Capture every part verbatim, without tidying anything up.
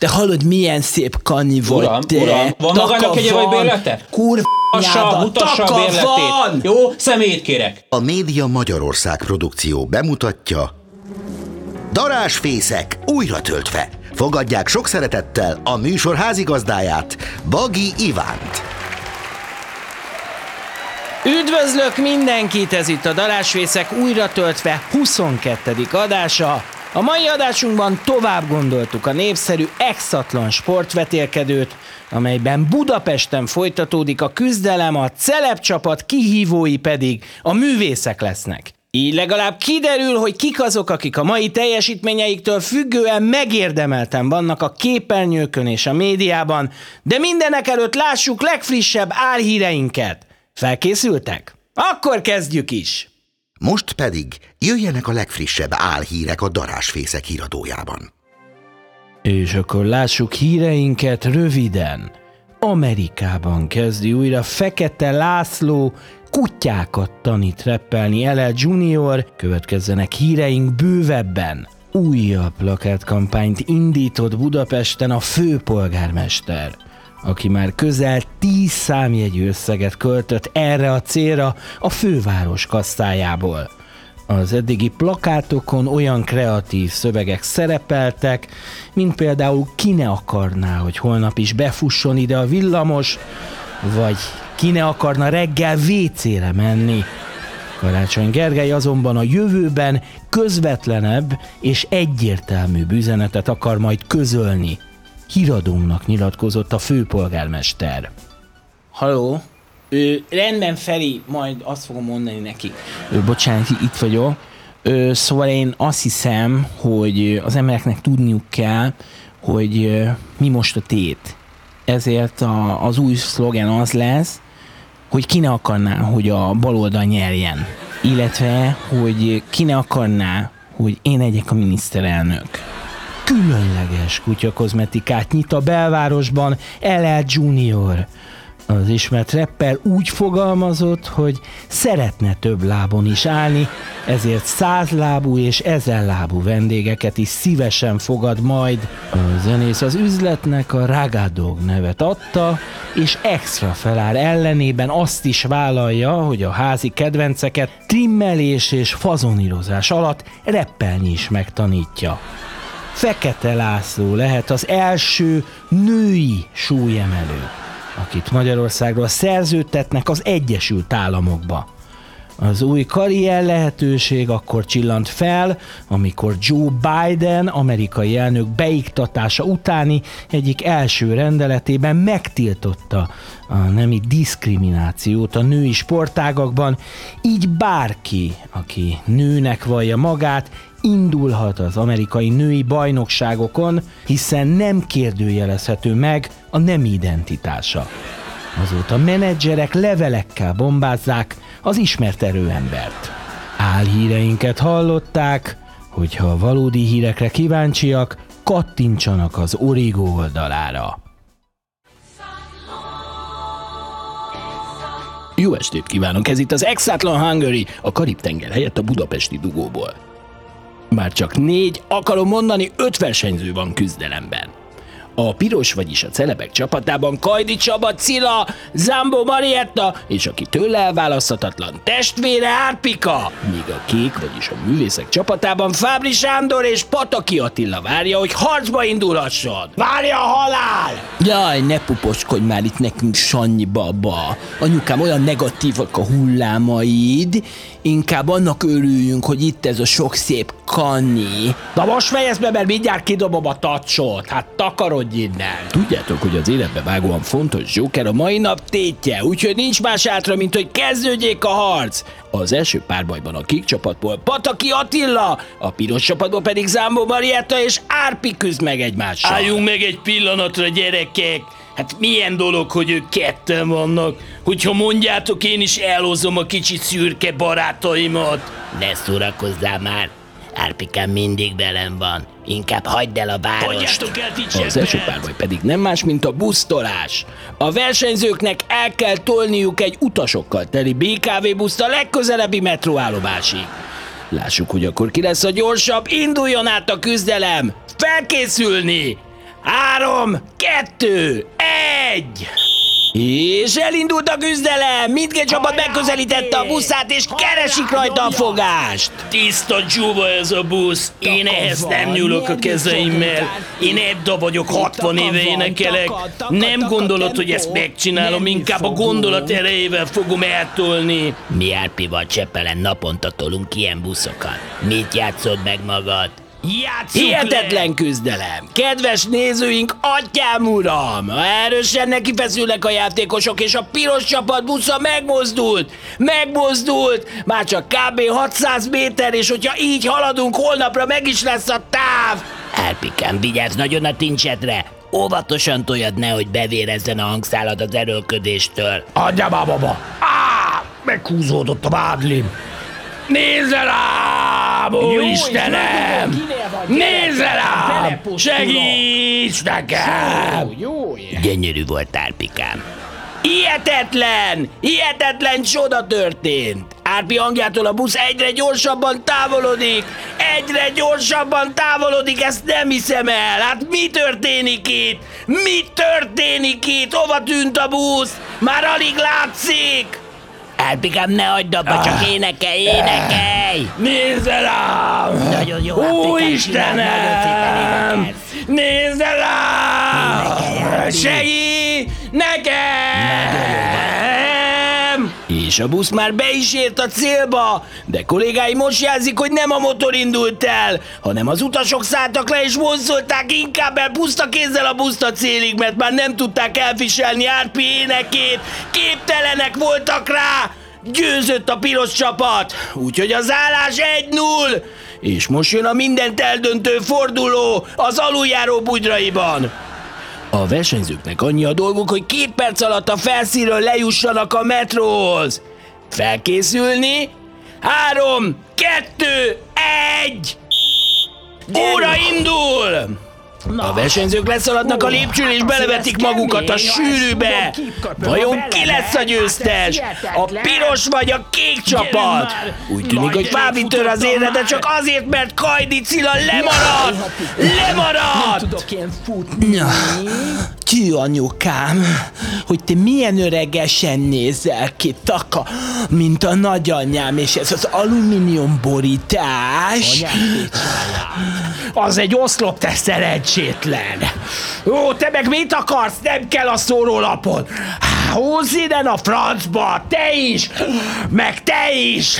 Te hallod, milyen szép kanni volt, uram, te. Uram, van magának egy vagy bérlete? Kurva Mutassa, mutassa a bérletét. Van. Jó, személyt kérek. A Média Magyarország produkció bemutatja Darásfészek újra töltve. Fogadják sok szeretettel a műsor házigazdáját, Bagi Ivánt. Üdvözlök mindenkit, ez itt a Darásfészek újra töltve huszonkettedik adása. A mai adásunkban tovább gondoltuk a népszerű exatlon sportvetélkedőt, amelyben Budapesten folytatódik a küzdelem, a celebcsapat kihívói pedig a művészek lesznek. Így legalább kiderül, hogy kik azok, akik a mai teljesítményeiktől függően megérdemelten vannak a képernyőkön és a médiában, de mindenek előtt lássuk legfrissebb álhíreinket. Felkészültek? Akkor kezdjük is! Most pedig jöjjenek a legfrissebb álhírek a Darásfészek híradójában. És akkor lássuk híreinket röviden. Amerikában kezdi újra Fekete László kutyákat tanít reppelni el el junior, következzenek híreink bővebben. Újabb plakátkampányt indított Budapesten a főpolgármester, aki már közel tíz számjegyű összeget költött erre a célra a főváros kasszájából. Az eddigi plakátokon olyan kreatív szövegek szerepeltek, mint például ki ne akarná, hogy holnap is befusson ide a villamos, vagy ki ne akarna reggel vécére menni. Karácsony Gergely azonban a jövőben közvetlenebb és egyértelműbb üzenetet akar majd közölni. Híradónknak nyilatkozott a főpolgármester. Halló? Ö, rendben, Feri, majd azt fogom mondani neki. Ö, bocsánat, itt vagyok. Ö, szóval én azt hiszem, hogy az embereknek tudniuk kell, hogy ö, mi most a tét. Ezért a, az új szlogen az lesz, hogy ki ne akarná, hogy a baloldal nyerjen. Illetve, hogy ki ne akarná, hogy én legyek a miniszterelnök. Különleges kutyakozmetikát nyit a belvárosban el el junior. Az ismert rapper úgy fogalmazott, hogy szeretne több lábon is állni, ezért százlábú és ezerlábú vendégeket is szívesen fogad majd. A zenész az üzletnek a Ragadog nevet adta, és extra felár ellenében azt is vállalja, hogy a házi kedvenceket trimmelés és fazonírozás alatt reppelni is megtanítja. Fekete László lehet az első női súlyemelő, akit Magyarországról szerződtetnek az Egyesült Államokba. Az új karrier lehetőség akkor csillant fel, amikor Joe Biden amerikai elnök beiktatása utáni egyik első rendeletében megtiltotta a nemi diszkriminációt a női sportágakban, így bárki, aki nőnek vallja magát, indulhat az amerikai női bajnokságokon, hiszen nem kérdőjelezhető meg a nemi identitása. Azóta menedzserek levelekkel bombázzák az ismert erőembert. Álhíreinket hallották, hogyha a valódi hírekre kíváncsiak, kattintsanak az Origo oldalára. Jó estét kívánok, ez itt az Exatlon Hungary, a Karib-tenger helyett a budapesti dugóból. Bár csak négy, akarom mondani, öt versenyző van küzdelemben. A piros, vagyis a celebek csapatában Kajdi Csaba, Cilla, Zambó Marietta és aki tőle elválaszthatatlan testvére Árpika, míg a kék, vagyis a művészek csapatában Fábri Sándor és Pataki Attila várja, hogy harcba indulhasson. Várja a halál! Jaj, ne puposkodj már itt nekünk, Sanyi baba. Anyukám, olyan negatívak a hullámaid, inkább annak örüljünk, hogy itt ez a sok szép kanni. Na most fejezd be, mert mindjárt kidobom a tacsot. Hát takarodj innen. Tudjátok, hogy az életbe vágóan fontos Joker a mai nap tétje, úgyhogy nincs más hátra, mint hogy kezdődjék a harc. Az első párbajban a kék csapatból Pataki Attila, a piros csapatból pedig Zambó Marietta és Árpi küzd meg egymással. Álljunk meg egy pillanatra, gyerekek! Hát milyen dolog, hogy ők ketten vannak? Hogyha mondjátok, én is elhozom a kicsi szürke barátaimat. Ne szórakozzál már! Árpikám mindig velem van. Inkább hagyd el a várost. El, az első párbaj pedig nem más, mint a busztolás. A versenyzőknek el kell tolniuk egy utasokkal teli bé ká vé buszt a legközelebbi metróállomásig. Lássuk, hogy akkor ki lesz a gyorsabb, induljon át a küzdelem! Felkészülni! Három, kettő, egy! És elindult a küzdelem! Mindkét csapat megközelítette a buszát, és keresik rajta a fogást! Tiszta csúva ez a busz! Én ehhez nem nyúlok a kezeimmel! Én Edda vagyok, hatvan éve énekelek! Nem gondolod, hogy ezt megcsinálom, inkább a gondolat erejével fogom eltolni! Mi Árpival Csepelen naponta tolunk ilyen buszokat. Mit játszod meg magad? Játsszuk Hihetetlen le. küzdelem! Kedves nézőink, atyám uram! Erősen neki feszülnek a játékosok, és a piros csapat busza megmozdult! Megmozdult! Már csak kb. hatszáz méter, és hogyha így haladunk, holnapra meg is lesz a táv! Árpikám, vigyázz nagyon a tincsedre! Óvatosan toljad, nehogy bevérezzen a hangszálad az erőlködéstől. Adjál már, baba! Á, meghúzódott a vádlim! Nézz rám, ó Istenem! Nézz rám! Segíts nekem! Gyönyörű volt, Árpikám. Hihetetlen! Hihetetlen csoda történt! Árpi hangjától a busz egyre gyorsabban távolodik! Egyre gyorsabban távolodik, ezt nem hiszem el! Hát mi történik itt? Mi történik itt? Hova tűnt a busz? Már alig látszik! Árpikám, ne hagyd abba, csak énekelj, énekelj! Nézz rám! Nagyon jó, Ó, Árpikám, Istenem! Nézz rám! Segíts nekem! És a busz már be is ért a célba, de kollégáim most jelzik, hogy nem a motor indult el, hanem az utasok szálltak le és mozdulták inkább el puszta kézzel a buszt a célig, mert már nem tudták elviselni Árpi énekét, képtelenek voltak rá! Győzött a piros csapat, úgyhogy az állás egy null, és most jön a mindent eldöntő forduló az aluljáró bugyraiban. A versenyzőknek annyi a dolguk, hogy két perc alatt a felszínről lejussanak a metróhoz. Felkészülni? Három, kettő, egy! Óra indul! A versenyzők leszaladnak a lépcsőn és belevetik magukat a sűrűbe. Vajon ki lesz a győztes? A piros vagy a kék csapat? Úgy tűnik, hogy Fábi tör az érre, de csak azért, mert Kajdi Cilla lemaradt! Lemaradt! Tudok én futni. Tű, anyukám, hogy te milyen öregesen nézel ki, Taka, mint a nagyanyám, és ez az alumínium borítás. Az egy oszlop, te szerencsétlen! Ó, te meg mit akarsz? Nem kell a szórólapon! Húzz innen a francba! Te is! Meg te is!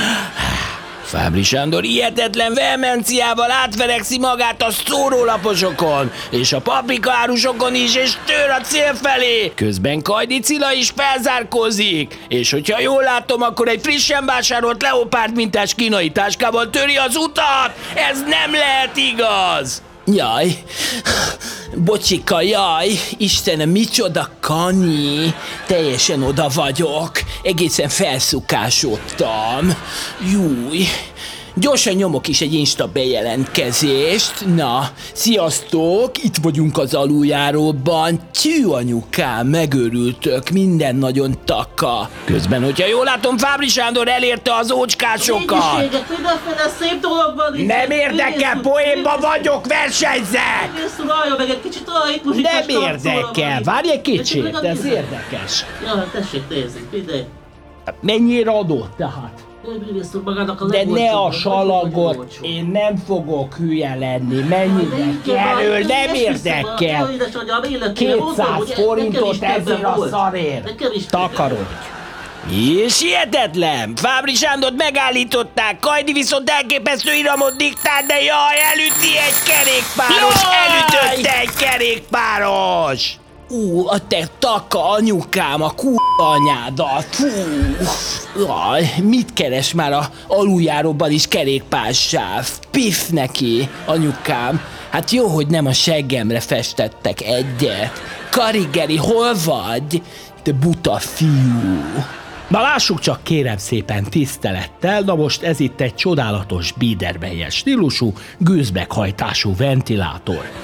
Fábri Sándor hihetetlen vehemenciával átverekszi magát a szórólaposokon, és a paprikaárusokon is, és tör a cél felé. Közben Kajdi Cilla is felzárkózik, és hogyha jól látom, akkor egy frissen vásárolt leopárd mintás kínai táskával töri az utat. Ez nem lehet igaz! Jaj, bocsika, jaj, Istenem, micsoda kani, teljesen oda vagyok, egészen felszukásodtam, júj. Gyorsan nyomok is egy Insta bejelentkezést. Na, sziasztok, itt vagyunk az aluljáróban. Tű, anyukám, megörültök, minden nagyon taka. Közben, hogyha jól látom, Fábri Sándor elérte az ócskásokat. Mindenféle szép dolog van itt. Nem érdekel, poénban vagyok, versenyzek! Álljon meg egy kicsit, ah, itt muzsikás Nem táncoló érdekel, van. várj egy kicsit, Csak ez meg a érdekes. Ja, tessék, nézzük, ide. Mennyire adott tehát? Művész úr, magának a De ne legolcsóbb, a vagy salagot, olcsó. én nem fogok hülye lenni, mennyibe kerül, nem érdekel. kétszáz forintot ezért a szarért. Takarodj. És hihetetlen! Fábri Sándort megállították, Kajdi viszont elképesztő iramot diktál, de jaj, elüti egy kerékpáros! Elütötte egy kerékpáros! Ú, a te Taka, anyukám, a k***a anyádat, fú, jaj, mit keres már a aluljáróban is kerékpársáv? Piff neki, anyukám, hát jó, hogy nem a seggemre festettek egyet. Karigeri, hol vagy? Te buta fiú. Na lássuk csak, kérem szépen, tisztelettel, na most ez itt egy csodálatos Biedermeier stílusú, gőzmeghajtású ventilátor.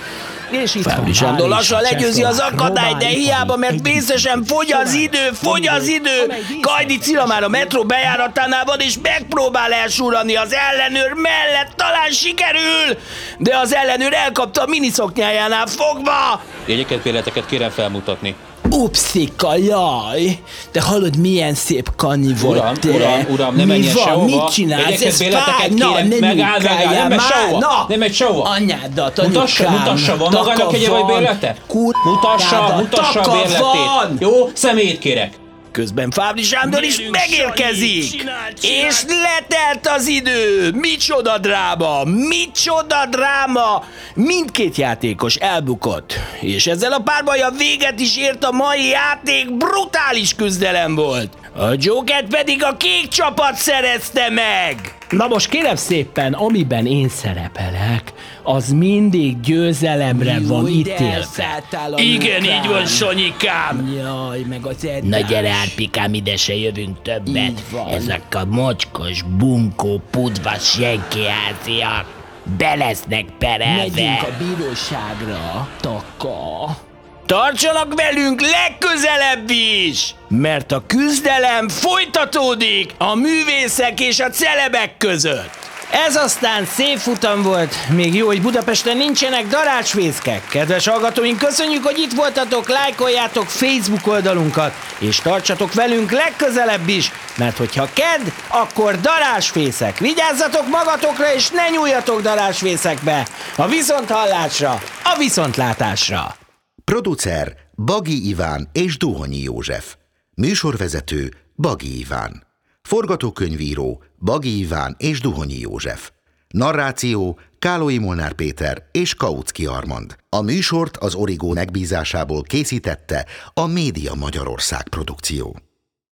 És itt Fábri van Sándor Bálint, lassan legyőzi az Csehszlovák, akadály, de Román, hiába, mert Ipari, vészesen fogy az idő, fogy az idő! Kajdi Cilla már a metró bejáratánál van, és megpróbál elsurrani az ellenőr mellett, talán sikerül! De az ellenőr elkapta a miniszoknyájánál fogva! Jegyeket, bérleteket kérem felmutatni. Upszika, jaj! De hallod, milyen szép kanyi volt Uram, te. uram, uram, ne Mi menjen van? sehova. Mit csinálsz? Jegyeket, Ez bérleteket fáj? Na, kérem. ne Megáll, megáll, nyújkáljál nem megy már! sehova. Na! Nem megy sehova. Anyádat, Mutassa, anyukám! mutassa, van Taka magának egyéb vagy van. bérlete? Kurva Mutassa, anyádat, mutassa a taka bérletét. van. Jó, személyét kérek. Közben Fábri Sándor is megérkezik! És letelt az idő! Micsoda dráma! Micsoda dráma! Mindkét játékos elbukott. És ezzel a párbajjal véget is ért a mai játék, brutális küzdelem volt. A Jokert pedig a kék csapat szerezte meg! Na most kérem szépen, amiben én szerepelek, az mindig győzelemre van ítélve. Igen, így van, Sanyikám! Jaj, meg az edás. Na gyere, Árpikám, ide se jövünk többet. Így van. Ezek a mocskos, bunkó, pudvas senkiháziak be lesznek perelve. Megyünk a bíróságra, Taka. Tartsanak velünk legközelebb is! Mert a küzdelem folytatódik a művészek és a celebek között. Ez aztán szép futam volt. Még jó, hogy Budapesten nincsenek darácsfészkek. Kedves hallgatóink, köszönjük, hogy itt voltatok, lájkoljátok Facebook oldalunkat, és tartsatok velünk legközelebb is, mert hogyha kedd, akkor darásfészek. Vigyázzatok magatokra, és ne nyúljatok darásfészekbe. A viszonthallásra, a viszontlátásra. Producer Bagi Iván és Duhonyi József. Műsorvezető Bagi Iván. Forgatókönyvíró Bagi Iván és Duhonyi József. Narráció Kálói Molnár Péter és Kautsky Armand. A műsort az Origo megbízásából készítette a Média Magyarország produkció.